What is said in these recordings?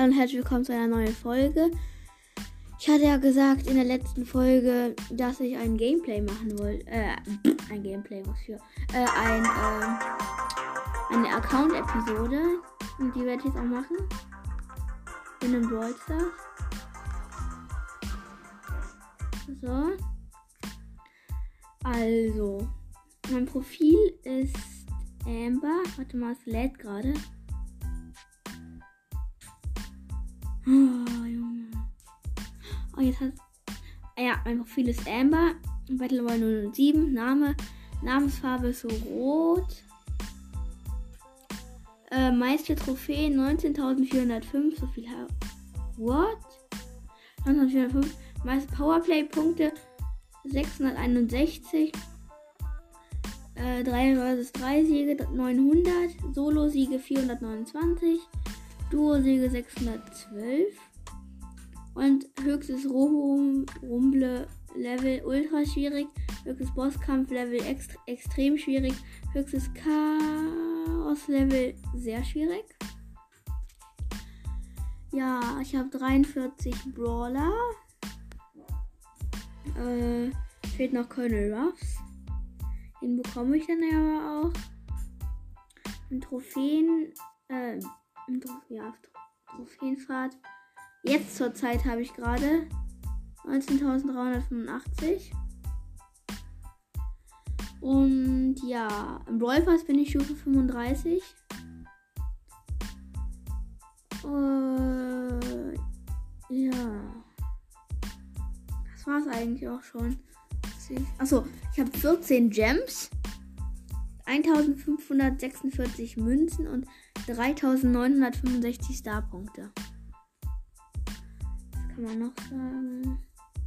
Hallo und herzlich willkommen zu einer neuen Folge. Ich hatte ja gesagt in der letzten Folge, dass ich ein Gameplay machen wollte. Ein Gameplay, was für? Eine Account-Episode. Und die werde ich jetzt auch machen. In einem Brawl Stars. So. Also. Mein Profil ist Amber. Warte mal, es lädt gerade. Oh, Junge. Oh, jetzt hat... Ja, mein Profil ist Amber. Battle Royale 007. Namensfarbe ist so rot. Meiste Trophäen 19.405. So viel... What? 19.405. Meiste Powerplay-Punkte 661. 3 vs 3 Siege 900. Solo-Siege 429. Duo-Siege 612. Und höchstes Rumble-Level ultra schwierig. Höchstes Bosskampf-Level extrem schwierig. Höchstes Chaos-Level sehr schwierig. Ja, ich habe 43 Brawler. Fehlt noch Colonel Ruffs. Den bekomme ich dann aber auch. Und Trophäen. Trophäenfahrt. Jetzt zur Zeit habe ich gerade 19.385. Und ja, im Brawl Pass bin ich Stufe 35. Ja. Das war es eigentlich auch schon. Achso, ich habe 14 Gems, 1546 Münzen und 3965 Starpunkte. Was kann man noch sagen?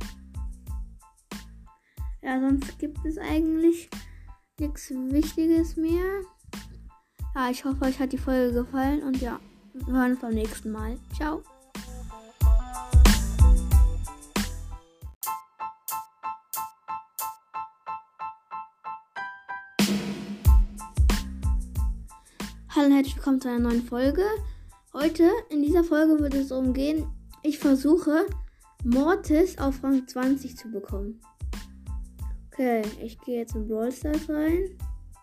Ja, sonst gibt es eigentlich nichts Wichtiges mehr. Ja, ich hoffe, euch hat die Folge gefallen und ja, wir hören uns beim nächsten Mal. Ciao. Hallo und herzlich willkommen zu einer neuen Folge. Heute, in dieser Folge wird es darum gehen, ich versuche Mortis auf Rang 20 zu bekommen. Okay, ich gehe jetzt in Brawl Stars rein.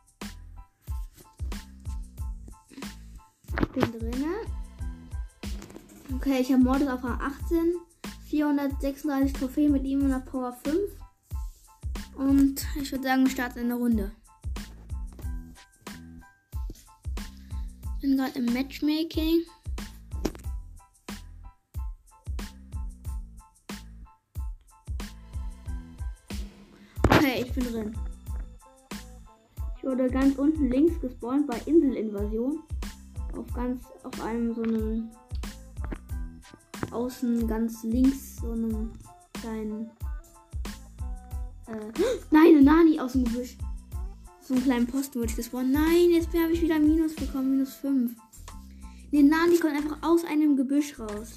Ich bin drinne. Okay, ich habe Mortis auf Rang 18. 436 Trophäen mit ihm und auf Power 5. Und ich würde sagen, wir starten in der Runde. Ich bin gerade im Matchmaking. Okay, ich bin drin. Ich wurde ganz unten links gespawnt bei Inselinvasion. Auf einem so einem außen ganz links so einem kleinen nein, eine Nani aus dem Gebüsch. So einen kleinen Posten wurde ich gespawnt. Nein, jetzt habe ich wieder Minus bekommen. Minus 5. Ne, Nani kommt einfach aus einem Gebüsch raus.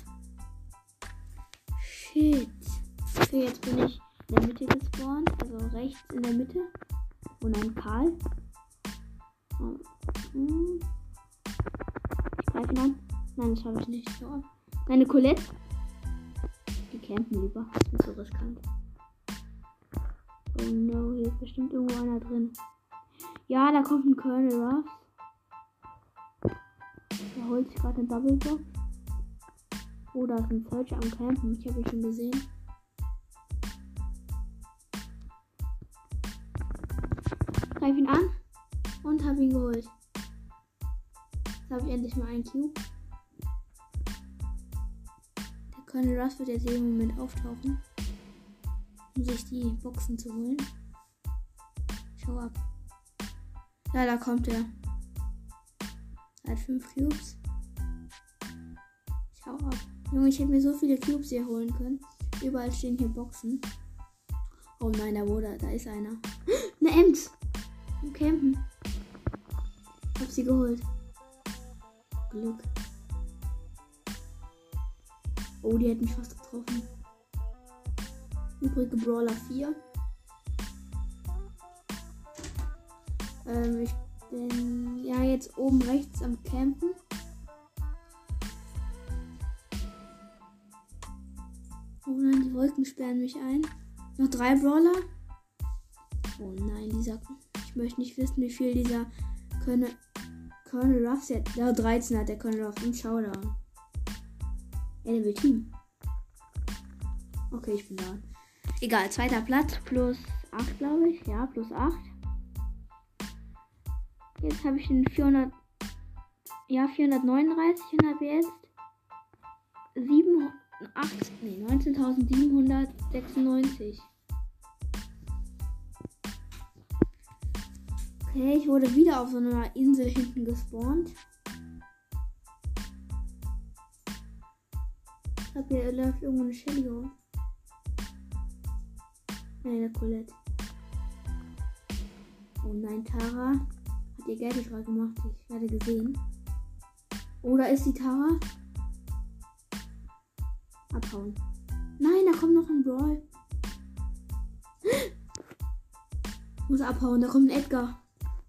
Shit. Okay, jetzt bin ich in der Mitte gespawnt. Also rechts in der Mitte. Und ein Karl. Ich greife ihn an. Nein, das habe ich nicht. So. Meine Colette. Die campen lieber. Das ist so riskant. Oh no, hier ist bestimmt irgendwo einer drin. Ja, da kommt ein Colonel Ruffs. Der holt sich gerade eine Double Box. Oh, da ist ein Search am Campen. Ich habe ihn schon gesehen. Greif ihn an und habe ihn geholt. Jetzt habe ich endlich mal einen Cube. Der Colonel Ruffs wird jetzt jeden Moment auftauchen, um sich die Boxen zu holen. Schau ab. Ja, da kommt er. Er hat 5 Cubes. Schau ab. Junge, ich hätte mir so viele Cubes hier holen können. Überall stehen hier Boxen. Oh nein, da ist einer. Eine Ems. Im Campen. Ich hab sie geholt. Glück. Oh, die hat mich fast getroffen. Übrige Brawler 4. Ich bin ja jetzt oben rechts am Campen. Oh nein, die Wolken sperren mich ein. Noch 3 Brawler. Oh nein, ich möchte nicht wissen, wie viel dieser Colonel Ruffs hat. Ja, 13 hat der Colonel Ruffs im Showdown. Der will Team. Okay, ich bin da. Egal, 2. Platz. Plus 8, glaube ich. Ja, plus 8. Jetzt habe ich den 439 und habe jetzt 19.796. Okay, ich wurde wieder auf so einer Insel hinten gespawnt. Ich glaube, hier läuft irgendwo eine Shelly rum. Nein, der Colette. Oh nein, Tara hat ihr Geld gerade gemacht. Ich werde gesehen. Oder ist die Tara? Abhauen. Nein, da kommt noch ein Brawl. Ich muss abhauen, da kommt ein Edgar.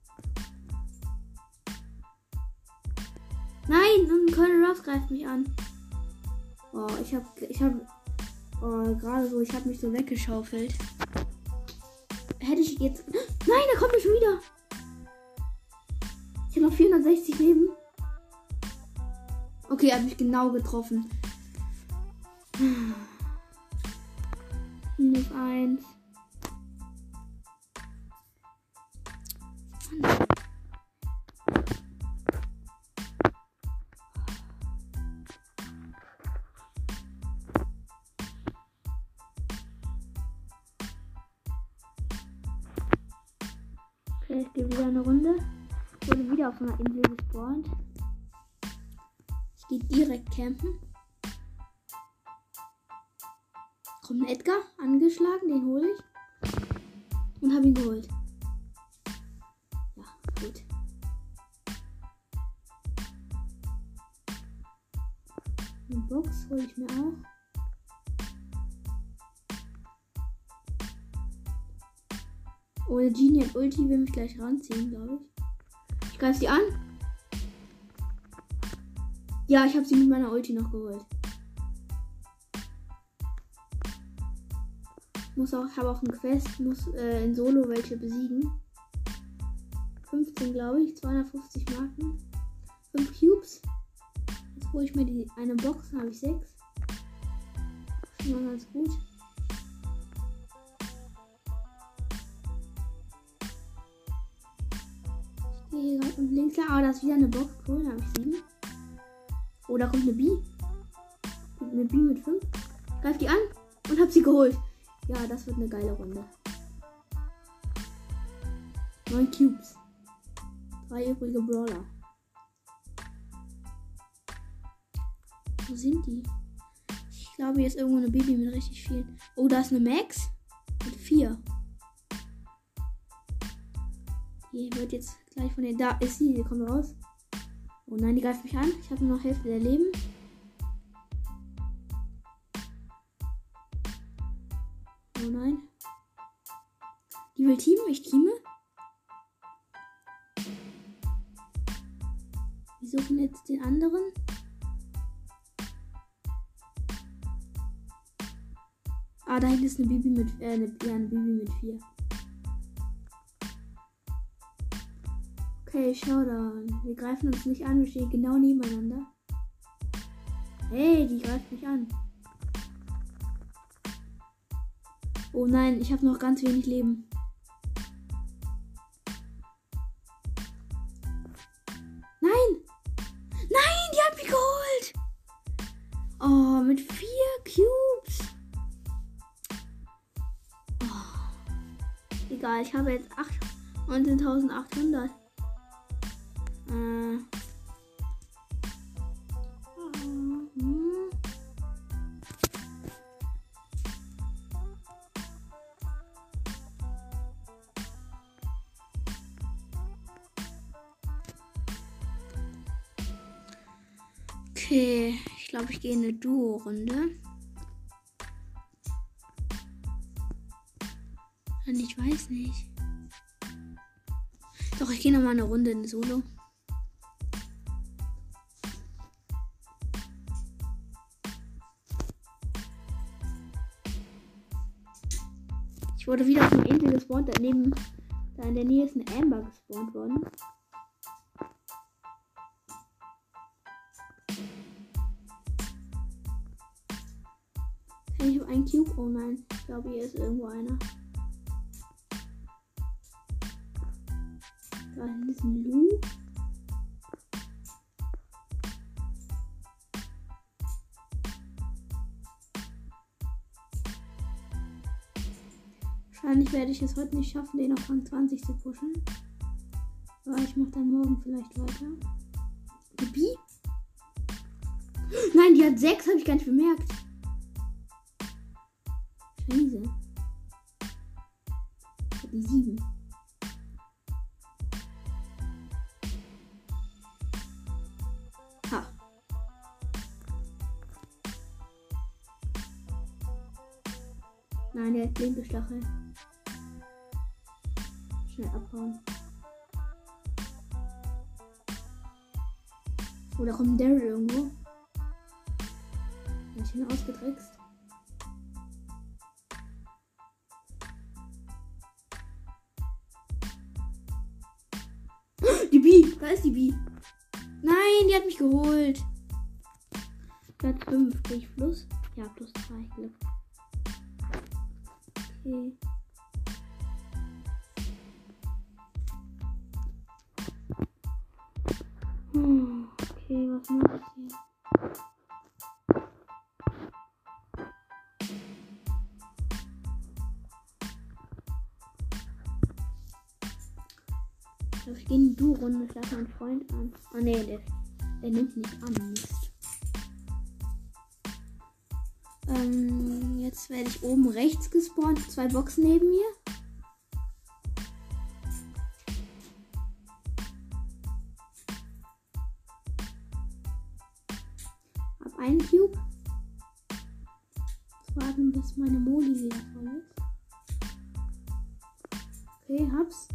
Nein, und ein Colonel Ruff greift mich an. Oh, ich habe gerade so, ich habe mich so weggeschaufelt. Hätte ich jetzt... Nein, da kommt er schon wieder. Ich habe noch 460 Leben. Okay, er hat mich genau getroffen. Minus 1. Okay, es geht wieder eine Runde. Ich wurde wieder auf so einer Insel gespawnt. Ich gehe direkt campen. Kommt ein Edgar, angeschlagen, den hole ich. Und habe ihn geholt. Ja, gut. Eine Box hole ich mir auch. Oh, der Genie hat Ulti, will mich gleich ranziehen, glaube ich. Ich greife sie an. Ja, ich habe sie mit meiner Ulti noch geholt. Habe auch ein Quest, muss in Solo welche besiegen. 15, glaube ich, 250 Marken. 5 Cubes. Jetzt hole ich mir eine Box, dann habe ich 6. Schon mal ganz gut. Ich gehe hier gerade unten links lang. Ah, da ist wieder eine Box. Cool, dann habe ich 7. Oh, da kommt eine B. Eine B mit 5. Greif die an und habe sie geholt. Ja, das wird eine geile Runde. 9 Cubes. 3 übrige Brawler. Wo sind die? Ich glaube, hier ist irgendwo eine Baby mit richtig vielen. Oh, da ist eine Max mit 4. Die wird jetzt gleich von den... Da ist sie, die kommt raus. Oh nein, die greift mich an. Ich habe nur noch Hälfte der Leben. Oh nein. Die will teamen, ich teame. Wir suchen jetzt den anderen. Ah, da hinten ist eine Bibi mit, eine Bibi mit 4. Okay, Showdown. Wir greifen uns nicht an, wir stehen genau nebeneinander. Hey, die greift mich an. Oh nein, ich habe noch ganz wenig Leben. Nein! Nein, die hat mich geholt! Oh, mit 4 Cubes. Oh. Egal, ich habe jetzt 19.800. Okay, ich glaube, ich gehe in eine Duo-Runde. Ich weiß nicht. Doch, ich gehe nochmal eine Runde in Solo. wurde wieder auf einer Insel gespawnt. Daneben, da in der Nähe ist eine Amber gespawnt worden. Ich habe einen Cube. Oh nein, ich glaube, hier ist irgendwo einer. Da ist ein Lu. Wahrscheinlich werde ich es heute nicht schaffen, den auf Rang 20 zu pushen. Aber ich mache dann morgen vielleicht weiter. Bibi? Nein, die hat 6, habe ich gar nicht bemerkt. Scheiße. Die 7. Ha. Nein, der hat Blinkestachel. Schnell abhauen. Oh, da kommt ein Daryl irgendwo. Ganz schön ausgetrickst. Die Bee! Da ist die Bee! Nein, die hat mich geholt. Platz 5. Krieg ich Plus? Ja, plus 2 Glück. Okay. Okay, was mache ich hier? Ich gehe in die Du-Runde, ich lasse meinen Freund an. Oh ne, der nimmt nicht an. Mist. Jetzt werde ich oben rechts gespawnt. 2 Boxen neben mir. Hab einen Cube. Jetzt warten, bis meine Modi wieder voll ist. Okay, hab's.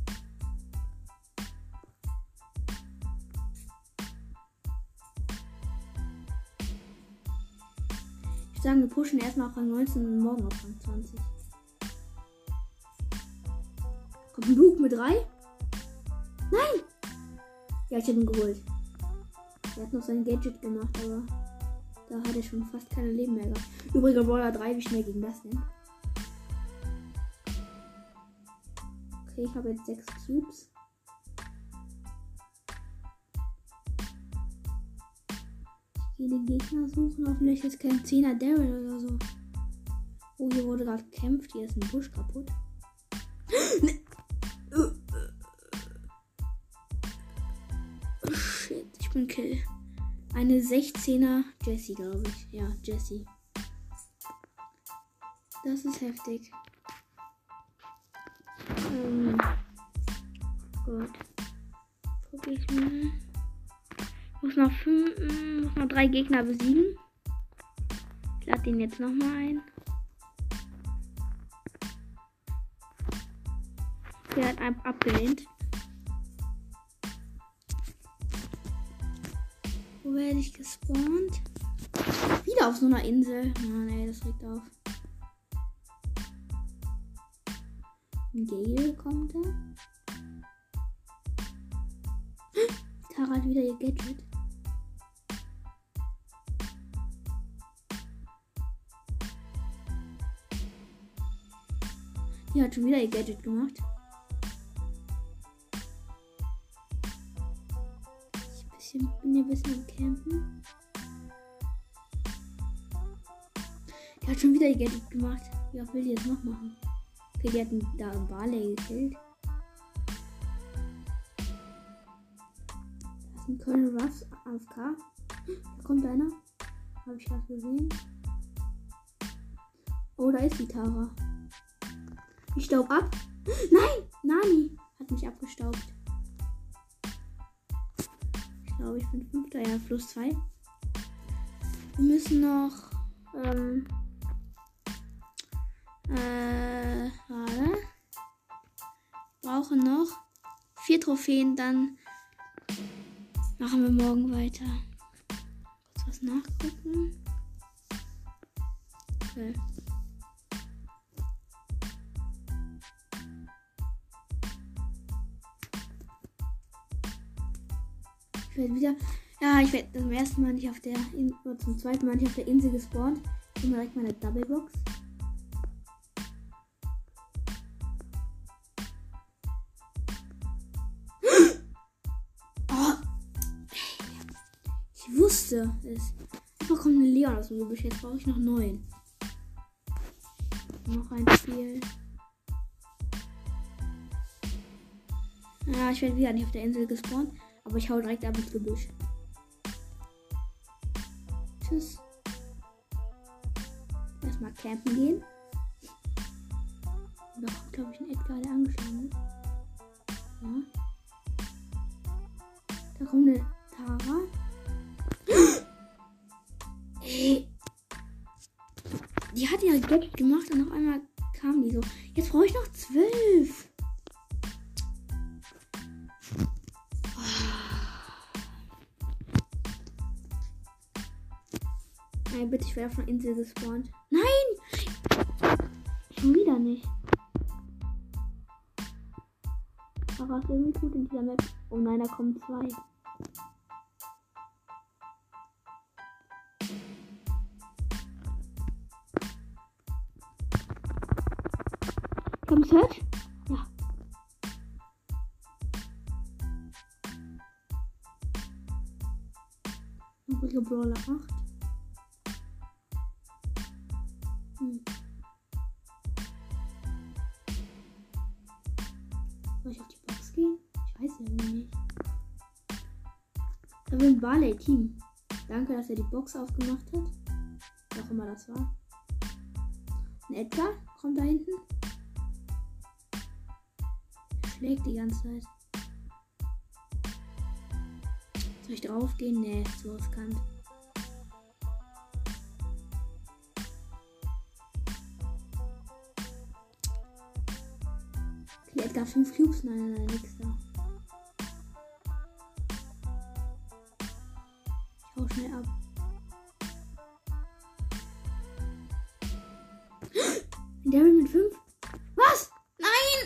Ich würde sagen, wir pushen erstmal auf Rang 19 und morgen auf Rang 20. Kommt ein Luke mit 3? Nein! Ja, ich habe ihn geholt. Er hat noch sein Gadget gemacht, aber da hat er schon fast keine Leben mehr gehabt. Übriger Brawler 3, wie schnell ging das denn? Okay, ich habe jetzt 6 Cubes. Ich gehe den Gegner suchen. Hoffentlich ist kein 10er Daryl oder so. Oh, hier wurde gerade gekämpft. Hier ist ein Busch kaputt. Shit, ich bin Kill. Eine 16er Jessie, glaube ich. Ja, Jessie. Das ist heftig. Gut. Guck ich mal. Muss noch 3 Gegner besiegen. Ich lade den jetzt nochmal ein. Der hat abgelehnt. Wo werde ich gespawnt? Wieder auf so einer Insel. Oh ne, das regt auf. Ein Gale kommt da. Tara hat wieder ihr Gadget. Die hat schon wieder ihr Gadget gemacht. Ich bin hier ein bisschen am Campen. Die hat schon wieder ihr Gadget gemacht. Wie oft will die jetzt noch machen? Okay, die hatten da einen Barley gekillt. Da ist ein Colonel Ruffs AFK. Da kommt einer. Habe ich was gesehen. Oh, da ist die Tara. Ich staub ab. Nein! Nani hat mich abgestaubt. Ich glaube, ich bin 5. Ja, plus 2. Wir müssen noch. Warte. Brauchen noch 4 Trophäen, dann machen wir morgen weiter. Kurz was nachgucken. Okay. Ich werde wieder. Ja, ich werde zum ersten Mal nicht auf der. Oder zum zweiten Mal nicht auf der Insel gespawnt. Ich nehme direkt meine Doublebox. Oh! Ich wusste es. Einfach kommt ein Leon aus dem Gebüsch. Jetzt brauche ich noch 9. Noch ein Spiel. Ja, ich werde wieder nicht auf der Insel gespawnt. Aber ich hau direkt ab ins Gebüsch. Tschüss. Erstmal campen gehen. Da kommt, glaube ich, ein Edgar, der angeschlagen ist. Ja. Da kommt eine Tara. Ey. Die hat ja Gadget gemacht und auf einmal kam die so. Jetzt brauche ich noch 12. Nein, bitte, ich werde auf einer Insel gespawnt. Nein! Schon wieder nicht. Aber es ist irgendwie gut in dieser Map. Oh nein, da kommen 2. Kommt Search? Ja. Übrige Brawler 8. Soll ich auf die Box gehen? Ich weiß irgendwie nicht. Da will ein Barley-Team. Danke, dass er die Box aufgemacht hat. Was auch immer das war. Ein Edgar kommt da hinten. Er schlägt die ganze Zeit. Soll ich drauf gehen? Nee, ist zu riskant. Okay, Edgar 5 Cubes. Nein, nix da. Ich hau schnell ab. Daryl mit 5? Was? Nein!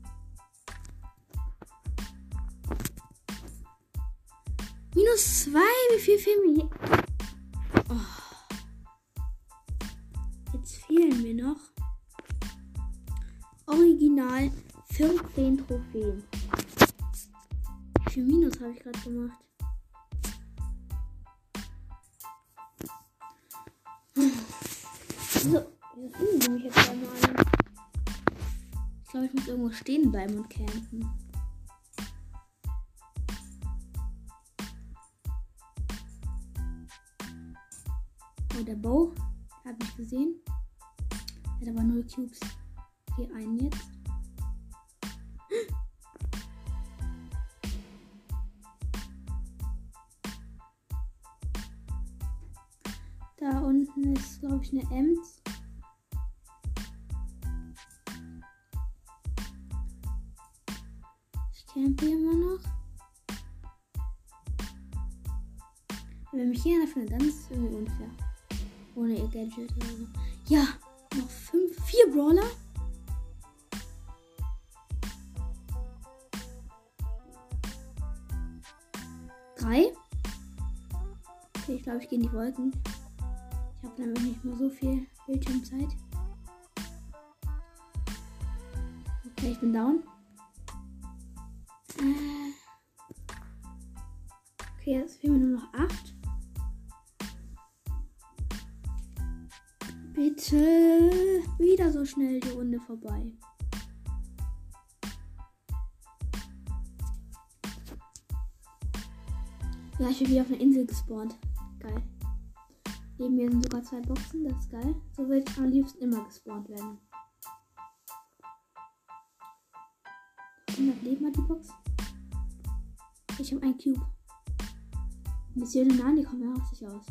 -2, wie viel fehlen mir hier? Oh. Jetzt fehlen mir noch original 14 Trophäen. Wie viel Minus habe ich gerade gemacht? So, wieso finden sie mich jetzt einmal alle? Ich glaube, ich muss irgendwo stehen bleiben und campen. Oh, der Bo hat mich gesehen. Er hat aber 0 Cubes. Okay, einen jetzt. Da unten ist, glaube ich, eine Ems. Ich campe hier immer noch. Wenn mich hier einer findet, dann ist es irgendwie unfair. Ohne ihr Gadget oder so. Ja, noch 4 Brawler. Okay, ich glaube, ich gehe in die Wolken. Ich habe nämlich nicht mehr so viel Bildschirmzeit. Okay, ich bin down. Okay, jetzt fehlen mir nur noch 8. Bitte wieder so schnell die Runde vorbei. Ja, ich bin wieder auf einer Insel gespawnt. Geil. Neben mir sind sogar 2 Boxen, das ist geil. So will ich am liebsten immer gespawnt werden. 100 Leben hat die Box. Ich habe einen Cube. Monsieur Le Nani kommt mir auch sich aus.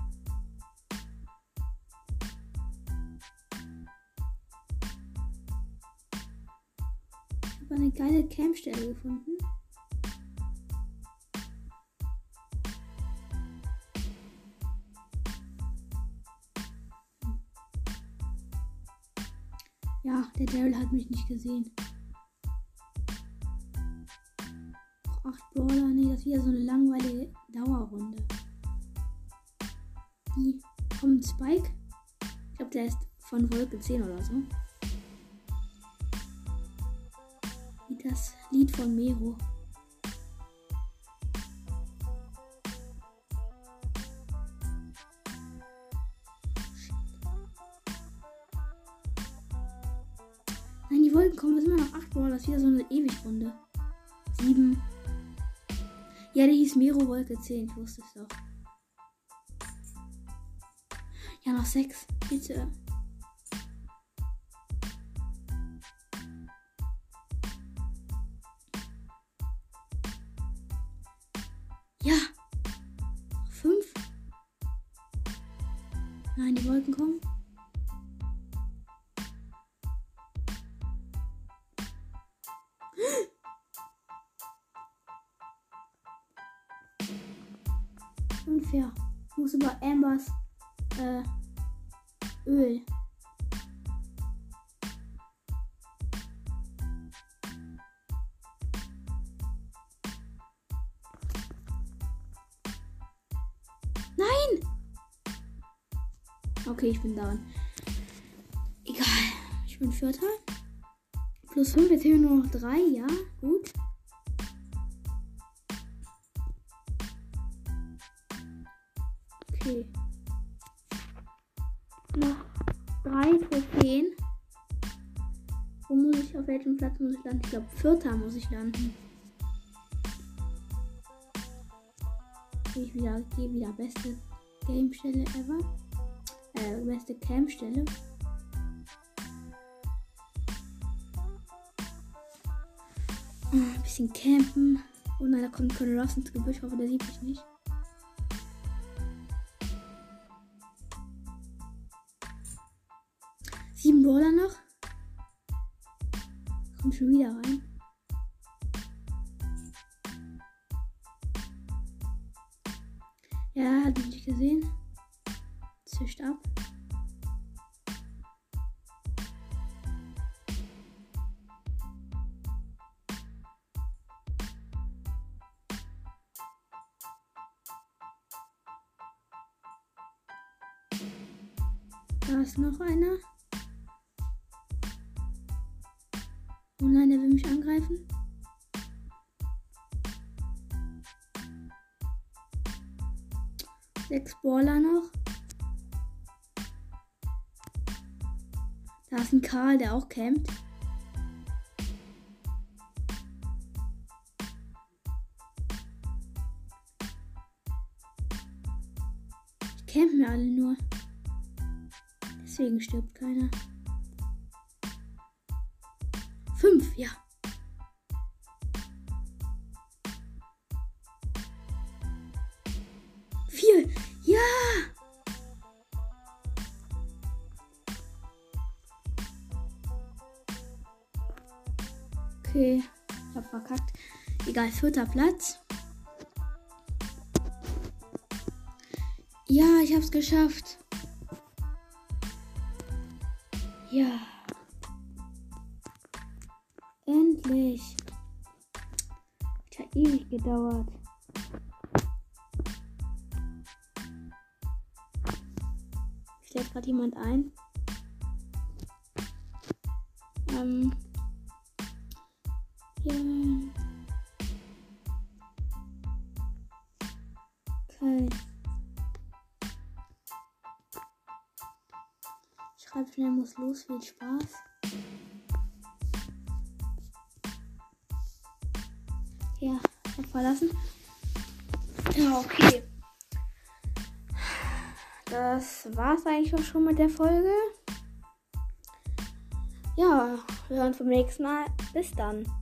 Ich habe eine geile Campstelle gefunden. Ja, der Daryl hat mich nicht gesehen. 8 Brawler. Nee, das ist wieder so eine langweilige Dauerrunde. Die kommt Spike. Ich glaube, der ist von Wolke 10 oder so. Wie das Lied von Mero. Nein, die Wolken kommen. Es sind immer noch 8 Brawler. Das ist wieder so eine Ewigrunde. 7. Ja, der hieß Mero Wolke 10. Ich wusste es doch. Ja, noch 6. Bitte. Ja. 5. Nein, die Wolken kommen. Unfair. Ich muss über Ambers Öl. Nein! Okay, ich bin down. Egal. Ich bin Vierter. Plus 5, jetzt haben wir nur noch 3. Ja, gut. Okay. Noch 3 Trophäen. Wo muss ich, auf welchem Platz muss ich landen? Ich glaube, Vierter muss ich landen. Ich gehe wieder beste Game-Stelle ever. Beste Camp-Stelle. Ein bisschen campen. Oh nein, da kommt Colonel Ross ins Gebüsch. Ich hoffe, der sieht mich nicht. $7 noch. Kommt schon wieder rein. Ja, hat mich nicht gesehen. Zischt ab. Da ist noch einer. Oh nein, der will mich angreifen. Sechs Brawler noch. Da ist ein Karl, der auch campt. Die campen ja alle nur. Deswegen stirbt keiner. 5, ja. 4, ja. Okay, ich hab verkackt. Egal, 4. Platz. Ja, ich hab's geschafft. Ja. Endlich. Hat ja ewig gedauert. Stellt gerade jemand ein. Ja. Okay. Schreib schnell, muss los, viel Spaß. Ja, ich hab verlassen. Ja, okay. Das war's eigentlich auch schon mit der Folge. Ja, wir hören uns beim nächsten Mal. Bis dann.